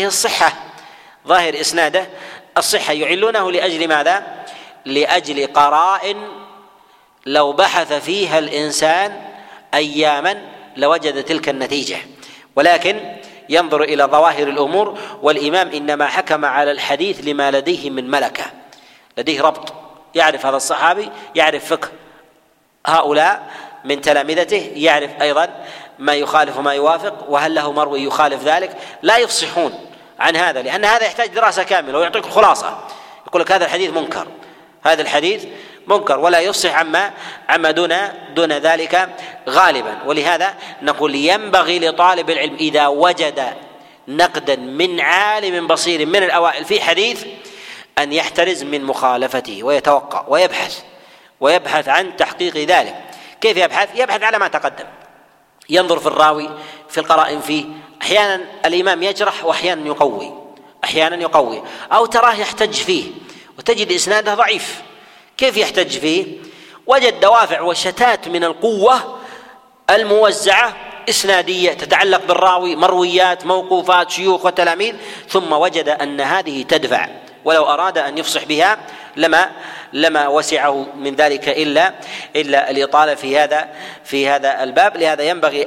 إسناده الصحة، يعلونه لأجل ماذا؟ لأجل قرائن لو بحث فيها الإنسان أياما لوجد تلك النتيجة، ولكن ينظر إلى ظواهر الأمور. والإمام إنما حكم على الحديث لما لديه من ملكة، لديه ربط، يعرف هذا الصحابي، يعرف فقه هؤلاء من تلامذته، يعرف أيضا ما يخالف وما يوافق، وهل له مروي يخالف ذلك. لا يفصحون عن هذا، لأن هذا يحتاج دراسة كاملة، ويعطيك خلاصة، يقول لك هذا الحديث منكر، ولا يفصح عما دون ذلك غالبا. ولهذا نقول ينبغي لطالب العلم إذا وجد نقدا من عالم بصير من الأوائل في حديث أن يحترز من مخالفته ويتوقع ويبحث عن تحقيق ذلك. كيف يبحث على ما تقدم، ينظر في الراوي، في القرائن فيه. أحيانا الإمام يجرح وأحيانا يقوي، أو تراه يحتج فيه وتجد إسناده ضعيف. كيف يحتج فيه؟ وجد دوافع وشتات من القوة الموزعة إسنادية تتعلق بالراوي، مرويات، موقوفات، شيوخ وتلاميذ، ثم وجد أن هذه تدفع، ولو أراد أن يفصح بها لما وسعه من ذلك إلا الإطالة في هذا الباب. لهذا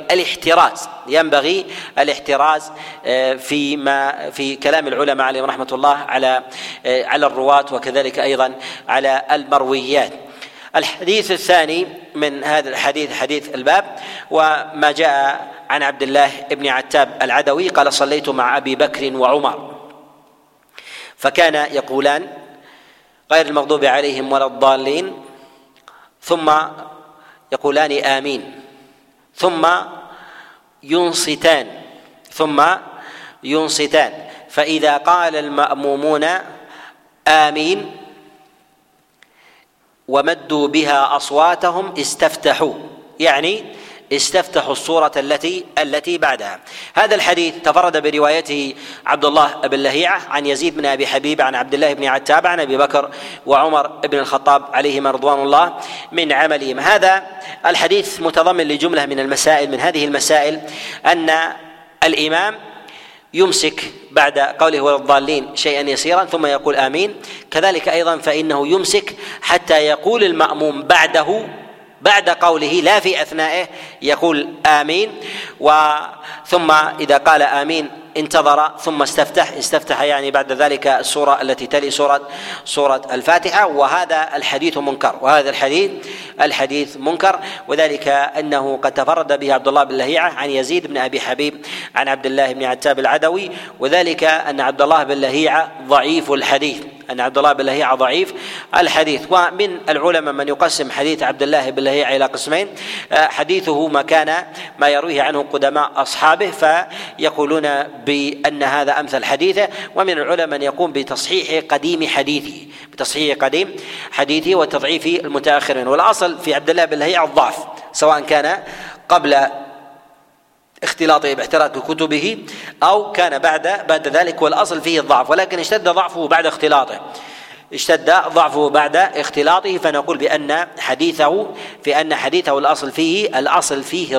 ينبغي الاحتراز في كلام العلماء عليهم رحمة الله على الرواة، وكذلك أيضا على المرويات. الحديث الثاني من هذا الحديث حديث الباب، وما جاء عن عبد الله بن عتاب العدوي قال: صليت مع أبي بكر وعمر فكان يقولان: غير المغضوب عليهم ولا الضالين، ثم يقولان آمين، ثم ينصتان، فإذا قال المأمومون آمين ومدوا بها أصواتهم استفتحوا، يعني استفتحوا الصورة التي بعدها. هذا الحديث تفرد بروايته عبد الله بن لهيعة عن يزيد بن أبي حبيب عن عبد الله بن عتاب عن أبي بكر وعمر بن الخطاب عليهما رضوان الله من عملهم. هذا الحديث متضمن لجملة من هذه المسائل: أن الإمام يمسك بعد قوله ولا الضالين شيئا يسيرا ثم يقول آمين، كذلك أيضا فإنه يمسك حتى يقول المأموم بعد قوله لا في أثنائه يقول آمين، ثم إذا قال آمين انتظر ثم استفتح يعني بعد ذلك السورة التي تلي سورة الفاتحة. وهذا الحديث منكر، الحديث منكر، وذلك أنه قد تفرد به عبد الله بن لهيعة عن يزيد بن أبي حبيب عن عبد الله بن عتاب العدوي، وذلك أن عبد الله بن لهيعة ضعيف الحديث. ومن العلماء من يقسم حديث عبد الله بن لهيعة إلى قسمين: حديثه ما يرويه عنه قدماء أصحابه فيقولون بأن هذا أمثل حديثه، ومن العلماء من يقوم بتصحيح قديم حديثه وتضعيف المتأخرين. والأصل في عبد الله بن لهيعة الضعف، سواء كان قبل اختلاطه باحتراق كتبه أو كان بعد ذلك، والأصل فيه الضعف، ولكن اشتد ضعفه بعد اختلاطه، فنقول بأن حديثه الأصل فيه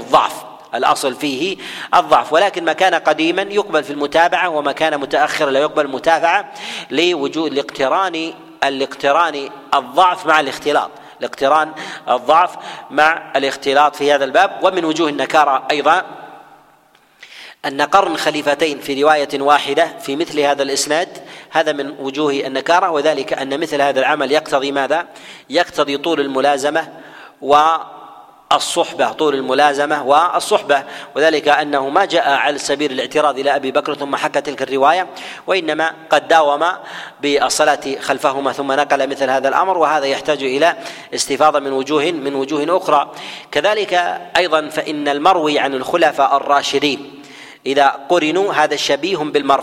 الضعف، ولكن ما كان قديما يقبل في المتابعة، وما كان متأخرا لا يقبل المتابعة لوجود الاقتران الضعف مع الاختلاط في هذا الباب. ومن وجوه النكارة أيضا أن قرن خليفتين في رواية واحدة في مثل هذا الإسناد، هذا من وجوه النكارة، وذلك أن مثل هذا العمل يقتضي ماذا؟ يقتضي طول الملازمة والصحبة، وذلك أنه ما جاء على سبيل الاعتراض إلى أبي بكر ثم حكى تلك الرواية، وإنما قد داوم بالصلاة خلفهما ثم نقل مثل هذا الأمر، وهذا يحتاج إلى استفاضة من وجوه أخرى. كذلك أيضا فإن المروي عن الخلفاء الراشدين إذا قرنوا هذا شبيه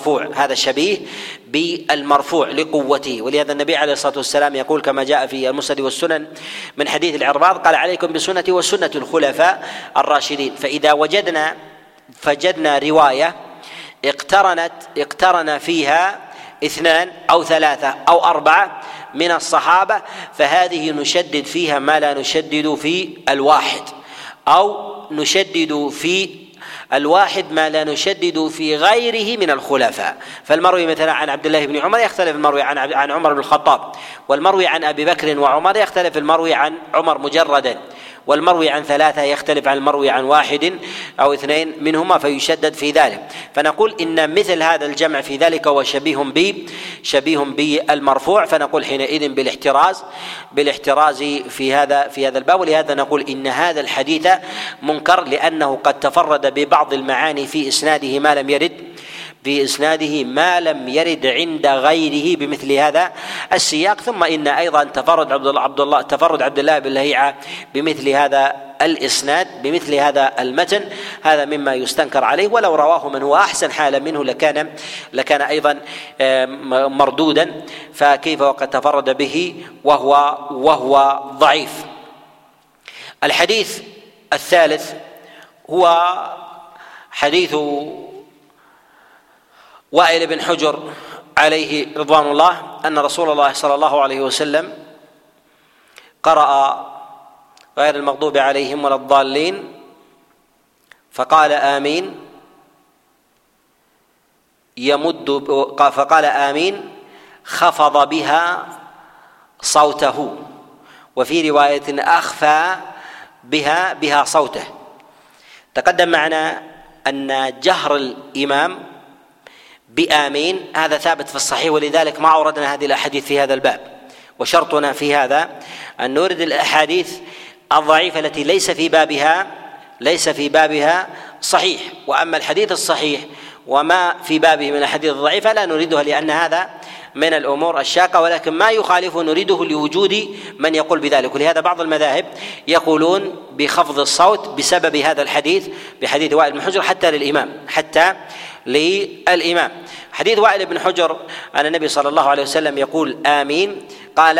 بالمرفوع لقوته، ولهذا النبي عليه الصلاة والسلام يقول كما جاء في المسند والسنن من حديث العرباض: قال عليكم بسنتي وسنة الخلفاء الراشدين. فإذا فجدنا رواية اقترن فيها 2 أو 3 أو 4 من الصحابة، فهذه نشدد فيها ما لا نشدد في الواحد، أو نشدد في الواحد ما لا نشدد في غيره من الخلفاء. فالمروي مثلا عن عبد الله بن عمر يختلف المروي عن عمر بن الخطاب، والمروي عن أبي بكر وعمر يختلف المروي عن عمر مجردا، والمروي عن 3 يختلف عن المروي عن 1 أو 2 منهما، فيشدد في ذلك. فنقول إن مثل هذا الجمع في ذلك هو شبيه بالمرفوع، فنقول حينئذ بالاحتراز في هذا الباب. ولهذا نقول إن هذا الحديث منكر، لأنه قد تفرد ببعض المعاني في إسناده ما لم يرد عند غيره بمثل هذا السياق. ثم إن أيضا تفرد عبد الله بن لهيعة بمثل هذا الإسناد بمثل هذا المتن، هذا مما يستنكر عليه، ولو رواه من هو أحسن حالا منه لكان أيضا مردودا، فكيف وقد تفرد به وهو ضعيف. الحديث الثالث هو حديث وائل بن حجر عليه رضوان الله أن رسول الله صلى الله عليه وسلم قرأ غير المغضوب عليهم ولا الضالين فقال آمين، فقال آمين خفض بها صوته، وفي رواية أخفى بها صوته. تقدم معنا أن جهر الإمام بآمين هذا ثابت في الصحيح، ولذلك ما أوردنا هذه الأحاديث في هذا الباب، وشرطنا في هذا أن نورد الأحاديث الضعيفة التي ليس في بابها صحيح. وأما الحديث الصحيح وما في بابه من الأحاديث الضعيفة لا نريدها، لأن هذا من الأمور الشاقة، ولكن ما يخالفه نريده لوجود من يقول بذلك. ولهذا بعض المذاهب يقولون بخفض الصوت بسبب هذا الحديث، بحديث وائل بن حجر حتى للإمام. حديث وائل بن حجر أن النبي صلى الله عليه وسلم يقول آمين، قال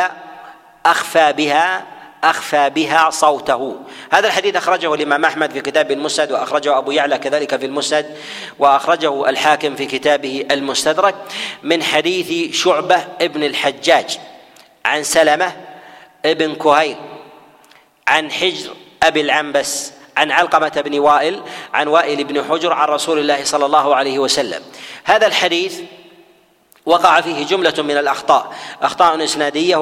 أخفى بها صوته. هذا الحديث أخرجه الإمام أحمد في كتاب المسند، وأخرجه أبو يعلى كذلك في المسند، وأخرجه الحاكم في كتابه المستدرك من حديث شعبة ابن الحجاج عن سلمة ابن كهيل عن حجر أبي العنبس عن علقمة بن وائل عن وائل بن حجر عن رسول الله صلى الله عليه وسلم هذا الحديث وقع فيه جملة من الأخطاء، أخطاء إسنادية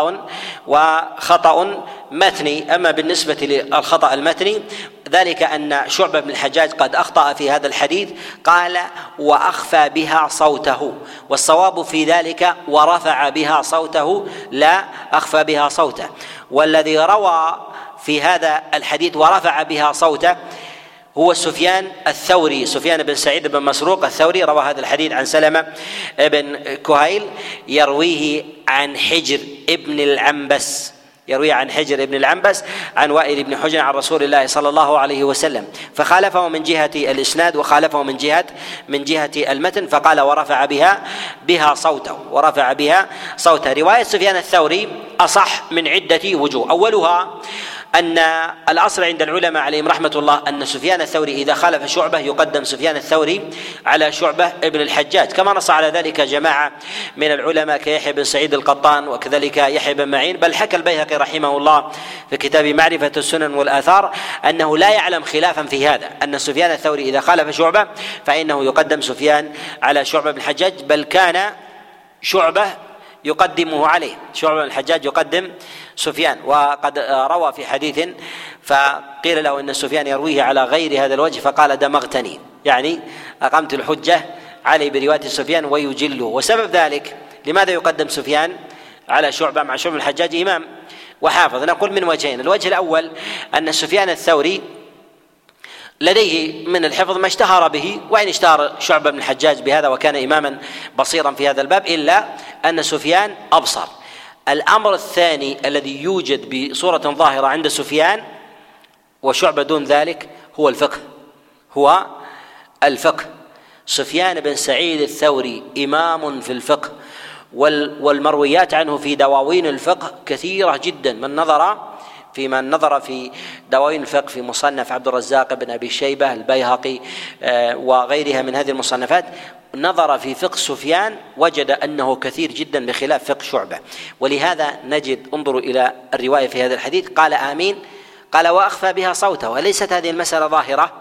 وخطأ متني. أما بالنسبة للخطأ المتني ذلك أن شعبة بن الحجاج قد أخطأ في هذا الحديث، قال وأخفى بها صوته، والصواب في ذلك ورفع بها صوته لا أخفى بها صوته. والذي روى في هذا الحديث ورفع بها صوته هو سفيان الثوري، سفيان بن سعيد بن مسروق الثوري، روى هذا الحديث عن سلمة بن كهيل يرويه عن حجر ابن العنبس، يروي عن حجر ابن العنبس عن وائل بن حجر عن رسول الله صلى الله عليه وسلم، فخالفه من جهة الإسناد وخالفه من جهة المتن، فقال ورفع بها صوته، ورفع بها صوته. رواية سفيان الثوري أصح من عدة وجوه. أولها أن الأصل عند العلماء عليهم رحمة الله أن سفيان الثوري إذا خالف شعبة يقدم سفيان الثوري على شعبة ابن الحجاج، كما نص على ذلك جماعة من العلماء كيحيى بن سعيد القطان وكذلك يحيى بن معين. بل حكى البيهقي رحمه الله في كتاب معرفة السنن والآثار أنه لا يعلم خلافا في هذا، أن سفيان الثوري إذا خالف شعبة فإنه يقدم سفيان على شعبة بن الحجاج، بل كان شعبة يقدمه عليه، شعبة بن الحجاج يقدم سفيان. وقد روى في حديث فقيل له إن سفيان يرويه على غير هذا الوجه فقال دمغتني، يعني أقمت الحجة عليه برواية سفيان ويجله. وسبب ذلك لماذا يقدم سفيان على شعبة مع شعبة الحجاج إمام وحافظ؟ نقول من وجهين. الوجه الأول أن سفيان الثوري لديه من الحفظ ما اشتهر به، وإن اشتهر شعبة بن الحجاج بهذا وكان إماما بصيرا في هذا الباب، إلا أن سفيان أبصر. الأمر الثاني الذي يوجد بصورة ظاهرة عند سفيان وشعبة دون ذلك هو الفقه. سفيان بن سعيد الثوري إمام في الفقه، والمرويات عنه في دواوين الفقه كثيرة جدا. من نظر في دواوين الفقه في مصنف عبد الرزاق بن أبي شيبة، البيهقي وغيرها من هذه المصنفات، نظر في فقه سفيان وجد أنه كثير جدا بخلاف فقه شعبة. ولهذا نجد، انظروا إلى الرواية في هذا الحديث، قال آمين، قال وأخفى بها صوته. وليست هذه المسألة ظاهرة؟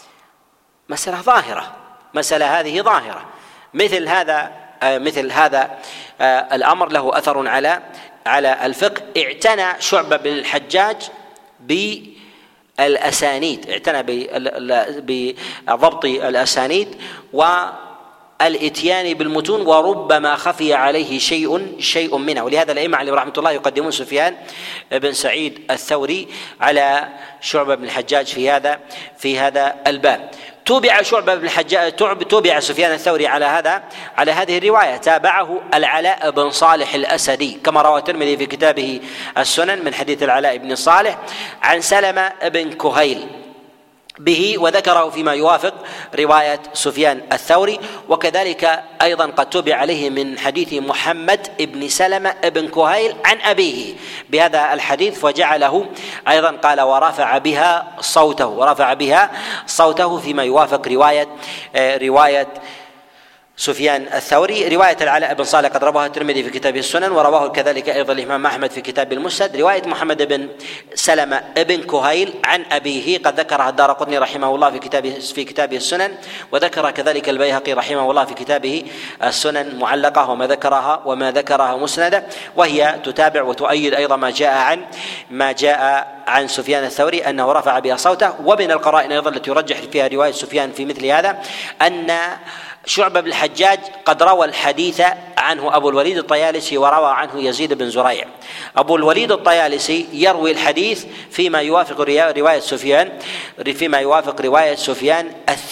مسألة هذه ظاهرة. مثل هذا الأمر له أثر على الفقه. اعتنى شعبة بن الحجاج بالأسانيد، اعتنى بضبط الأسانيد والإتيان بالمتون، وربما خفي عليه شيء منه. ولهذا الأئمة عليهم رحمة الله يقدمون سفيان بن سعيد الثوري على شعبة بن الحجاج في هذا الباب. توبع شعبة بن الحجاج، توبع سفيان الثوري على هذه الرواية، تابعه العلاء بن صالح الأسدي كما روى الترمذي في كتابه السنن من حديث العلاء بن صالح عن سلمة بن كهيل به، وذكره فيما يوافق رواية سفيان الثوري. وكذلك أيضا قد توبع عليه من حديث محمد بن سلمة بن كهيل عن أبيه بهذا الحديث، فجعله أيضا قال ورفع بها صوته فيما يوافق رواية سفيان الثوري. رواية العلاء بن صالح قد رواها الترمذي في كتابه السنن، ورواه كذلك أيضا الإمام أحمد في كتاب المسند. رواية محمد بن سلمة بن كهيل عن أبيه قد ذكرها الدارقطني رحمه الله في كتابه السنن، وذكر كذلك البيهقي رحمه الله في كتابه السنن معلقة وما ذكرها مسندة، وهي تتابع وتؤيد أيضا ما جاء عن سفيان الثوري أنه رفع بها صوته. ومن القرائن أيضا التي يرجح فيها رواية سفيان في مثل هذا أن شعبة بن الحجاج قد روى الحديث عنه أبو الوليد الطيالسي وروى عنه يزيد بن زريع. أبو الوليد الطيالسي يروي الحديث فيما يوافق رواية سفيان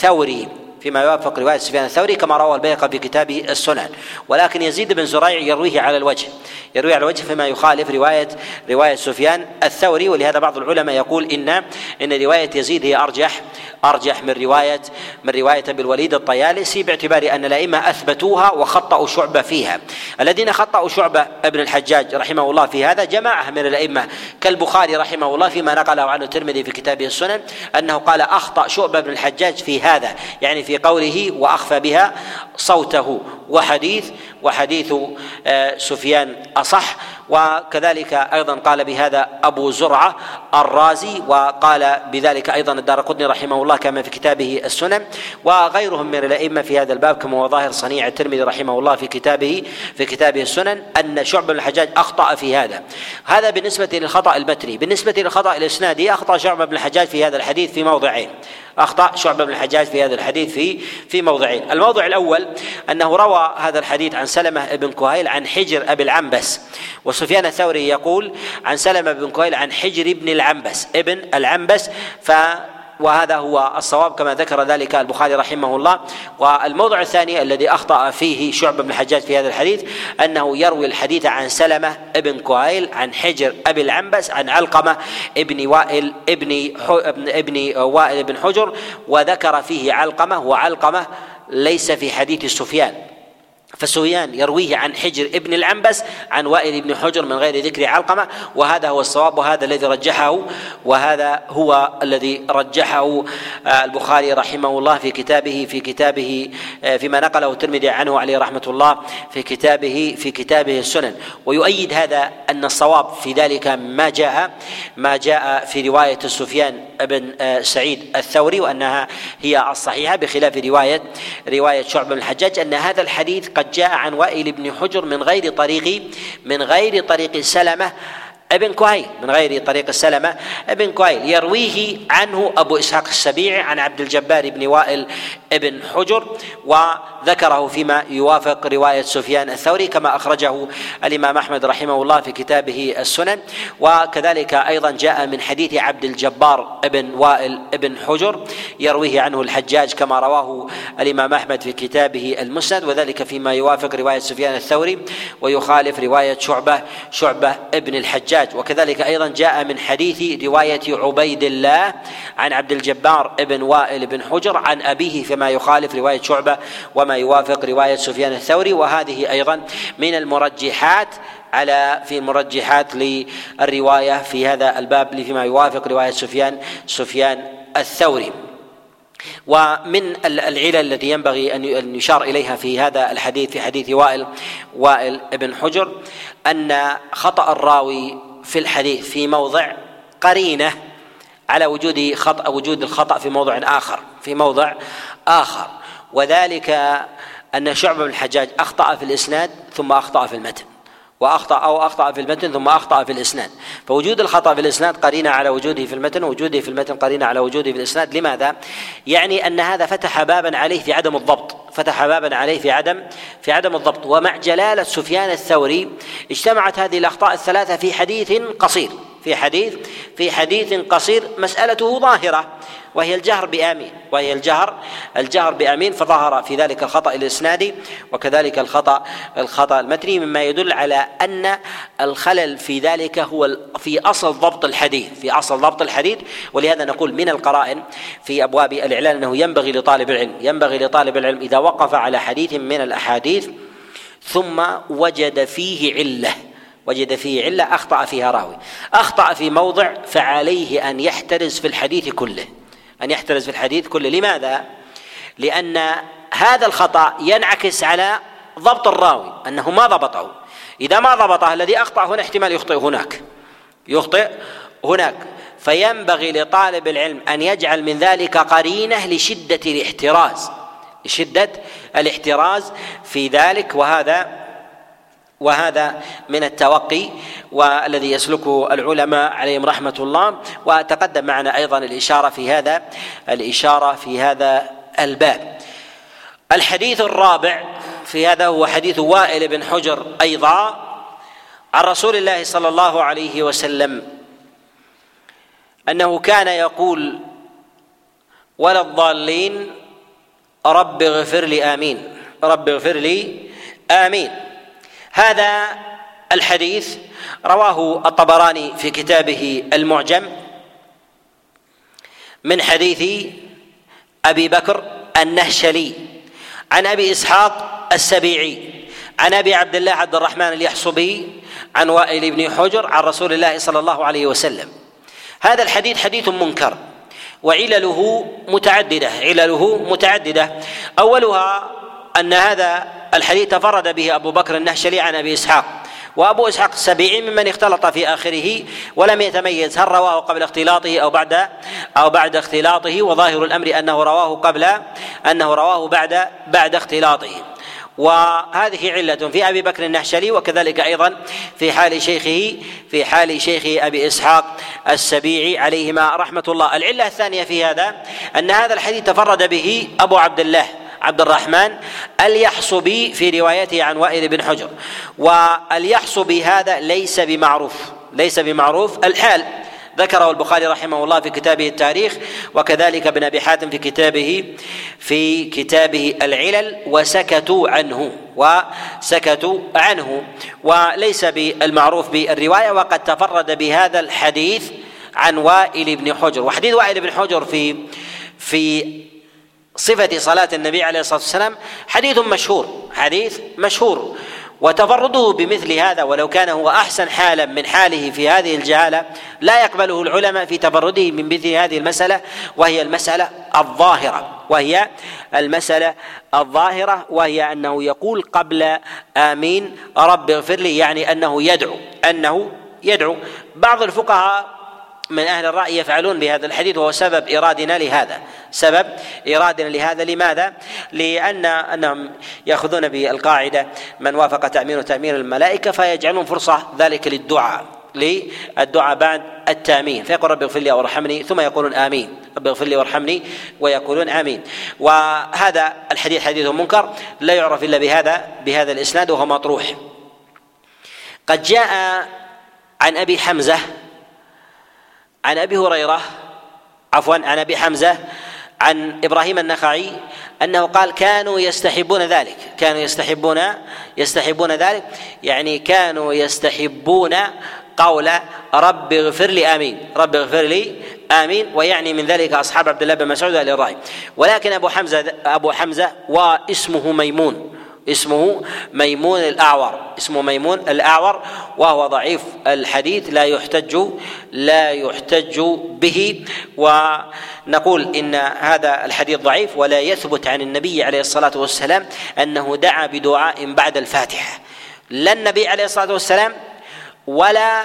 الثوري كما روى البيهقي في كتابه السنن، ولكن يزيد بن زريع يرويه على الوجه فيما يخالف رواية سفيان الثوري. ولهذا بعض العلماء يقول إن رواية يزيد هي أرجح من رواية أبي الوليد الطيالسي، باعتبار أن الأئمة أثبتوها وخطأوا شعبة فيها. الذين خطأوا شعبة ابن الحجاج رحمه الله في هذا جماعة من الأئمة كالبخاري رحمه الله فيما نقله عنه الترمذي في كتابه السنن أنه قال أخطأ شعبة بن الحجاج في هذا، يعني في قوله وأخفى بها صوته. وحديث سفيان أصح، وكذلك أيضا قال بهذا أبو زرعة الرازي، وقال بذلك أيضا الدارقطني رحمه الله كما في كتابه السنن، وغيرهم من الأئمة في هذا الباب، كما هو ظاهر صنيع الترمذي رحمه الله في كتابه السنن، أن شعبة بن الحجاج أخطأ في هذا بالنسبة للخطأ المتني. بالنسبة للخطأ الإسنادي أخطأ شعبة بن الحجاج في هذا الحديث في موضعين. أخطأ شعبة بن الحجاج في هذا الحديث في موضعين. الموضع الأول أنه روى هذا الحديث عن سلمة بن كهيل عن حجر أبي العنبس، وسفيان الثوري يقول عن سلمة بن كهيل عن حجر ابن العنبس وهذا هو الصواب كما ذكر ذلك البخاري رحمه الله. والموضع الثاني الذي أخطأ فيه شعبة بن الحجاج في هذا الحديث أنه يروي الحديث عن سلمة بن كهيل عن حجر أبي العنبس عن علقمة ابن وائل بن حجر، وذكر فيه علقمة، وعلقمة ليس في حديث سفيان، فسفيان يرويه عن حجر ابن العنبس عن وائل بن حجر من غير ذكر علقمة، وهذا هو الصواب، وهذا هو الذي رجحه البخاري رحمه الله في كتابه فيما نقله الترمذي عنه عليه رحمة الله في كتابه السنن. ويؤيد هذا أن الصواب في ذلك ما جاء في رواية سفيان بن سعيد الثوري، وأنها هي الصحيحة، بخلاف رواية شعبة بن الحجاج أن هذا الحديث قد جاء عن وائل بن حجر من غير طريق سلمة ابن كهيل، يرويه عنه أبو إسحاق السبيعي عن عبد الجبار بن وائل ابن حجر، وذكره فيما يوافق رواية سفيان الثوري كما أخرجه الإمام أحمد رحمه الله في كتابه السنن. وكذلك أيضا جاء من حديث عبد الجبار ابن وائل ابن حجر يرويه عنه الحجاج كما رواه الإمام أحمد في كتابه المسند، وذلك فيما يوافق رواية سفيان الثوري ويخالف رواية شعبة ابن الحجاج. وكذلك أيضا جاء من حديث رواية عبيد الله عن عبد الجبار ابن وائل بن حجر عن أبيه فيما يخالف رواية شعبة وما يوافق رواية سفيان الثوري، وهذه أيضا من المرجحات للرواية في هذا الباب فيما يوافق رواية سفيان الثوري. ومن العلل التي ينبغي أن يشار إليها في هذا الحديث في حديث وائل بن حجر أن خطأ الراوي في الحديث في موضع قرينة على وجود الخطأ في موضع آخر، وذلك أن شعبة بن الحجاج أخطأ في الإسناد ثم أخطأ في المتن، أخطأ في المتن ثم أخطأ في الإسناد. فوجود الخطأ في الإسناد قرينة على وجوده في المتن، ووجوده في المتن قرينة على وجوده في الإسناد. لماذا؟ يعني أن هذا فتح بابا عليه في عدم الضبط. ومع جلالة سفيان الثوري اجتمعت هذه الأخطاء الثلاثة في حديث قصير مسألته ظاهرة، وهي الجهر بآمين، فظهر في ذلك الخطأ الإسنادي وكذلك الخطأ المتني، مما يدل على أن الخلل في ذلك هو في أصل ضبط الحديث. ولهذا نقول من القرائن في أبواب الإعلان أنه ينبغي لطالب العلم إذا وقف على حديث من الأحاديث ثم وجد فيه علة أخطأ فيها راوي، أخطأ في موضع، فعليه أن يحترز في الحديث كله. لماذا؟ لأن هذا الخطأ ينعكس على ضبط الراوي أنه ما ضبطه. إذا ما ضبطه الذي أخطأ هنا احتمال يخطئ هناك، فينبغي لطالب العلم أن يجعل من ذلك قرينة لشدة الاحتراز في ذلك، وهذا من التوقي والذي يسلكه العلماء عليهم رحمة الله. وتقدم معنا أيضا الإشارة في هذا الباب. الحديث الرابع في هذا هو حديث وائل بن حجر أيضا عن رسول الله صلى الله عليه وسلم أنه كان يقول: ولا الضالين رب اغفر لي آمين. هذا الحديث رواه الطبراني في كتابه المعجم من حديث أبي بكر النهشلي عن أبي إسحاق السبيعي عن أبي عبد الله عبد الرحمن اليحصبي عن وائل بن حجر عن رسول الله صلى الله عليه وسلم. هذا الحديث حديث منكر، وعلله متعددة. أولها أن هذا الحديث تفرد به أبو بكر النهشلي عن أبي إسحاق، وأبو إسحاق السبيعي ممن اختلط في آخره ولم يتميز هل رواه قبل اختلاطه أو بعد اختلاطه، وظاهر الأمر أنه رواه بعد اختلاطه. وهذه علة في أبي بكر النحشلي، وكذلك أيضا في حال شيخه أبي إسحاق السبيعي عليهما رحمة الله. العلة الثانية في هذا أن هذا الحديث تفرد به أبو عبد الرحمن اليحصبي في روايته عن وائل بن حجر، واليحصبي هذا ليس بمعروف الحال، ذكره البخاري رحمه الله في كتابه التاريخ، وكذلك ابن أبي حاتم في كتابه العلل، وسكتوا عنه وليس بالمعروف بالرواية. وقد تفرد بهذا الحديث عن وائل بن حجر. وحديث وائل بن حجر في صفة صلاة النبي عليه الصلاة والسلام حديث مشهور، وتفرده بمثل هذا ولو كان هو أحسن حالا من حاله في هذه الجهالة لا يقبله العلماء في تفرده من مثل هذه المسألة، وهي المسألة الظاهرة، وهي أنه يقول قبل آمين رب اغفر لي، يعني أنه يدعو. بعض الفقهاء من أهل الرأي يفعلون بهذا الحديث، وهو سبب إرادنا لهذا. لماذا؟ لأنهم يأخذون بالقاعدة من وافق تأمين الملائكة، فيجعلون فرصة ذلك للدعاء بعد التأمين، فيقول رب اغفر لي وارحمني، ثم يقولون آمين، رب اغفر لي وارحمني، ويقولون آمين. وهذا الحديث حديث منكر لا يعرف إلا بهذا الإسناد، وهو مطروح. قد جاء عن أبي حمزة عن أبي هريرة عن أبي حمزة عن إبراهيم النخعي أنه قال كانوا يستحبون ذلك، يعني كانوا يستحبون قول رب اغفر لي آمين، ويعني من ذلك أصحاب عبد الله بن مسعود الرأي. ولكن أبو حمزة واسمه ميمون الأعور، وهو ضعيف الحديث لا يحتج به. ونقول إن هذا الحديث ضعيف، ولا يثبت عن النبي عليه الصلاة والسلام أنه دعا بدعاء بعد الفاتحة، لا النبي عليه الصلاة والسلام ولا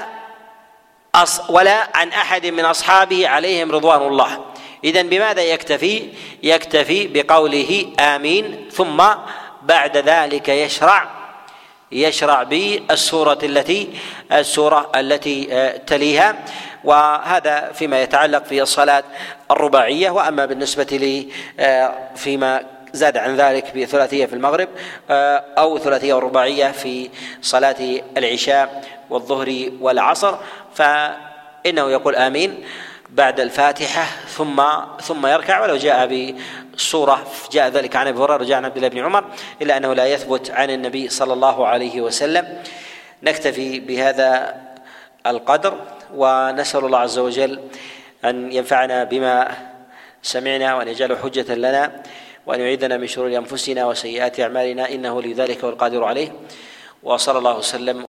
عن أحد من أصحابه عليهم رضوان الله. إذن بماذا يكتفي بقوله آمين، ثم بعد ذلك يشرع بالسورة التي تليها. وهذا فيما يتعلق في الصلاة الرباعية. وأما بالنسبة لي فيما زاد عن ذلك بثلاثية في المغرب أو ثلاثية ورباعية في صلاة العشاء والظهر والعصر، فإنه يقول آمين بعد الفاتحة ثم يركع، ولو جاء بصورة جاء ذلك عن أبي هريرة وجاء عن عبد الله بن عمر، إلا أنه لا يثبت عن النبي صلى الله عليه وسلم. نكتفي بهذا القدر، ونسأل الله عز وجل أن ينفعنا بما سمعنا، وأن يجعله حجة لنا، وأن يعيذنا من شرور أنفسنا وسيئات أعمالنا، إنه لذلك والقادر عليه. وصلى الله وسلم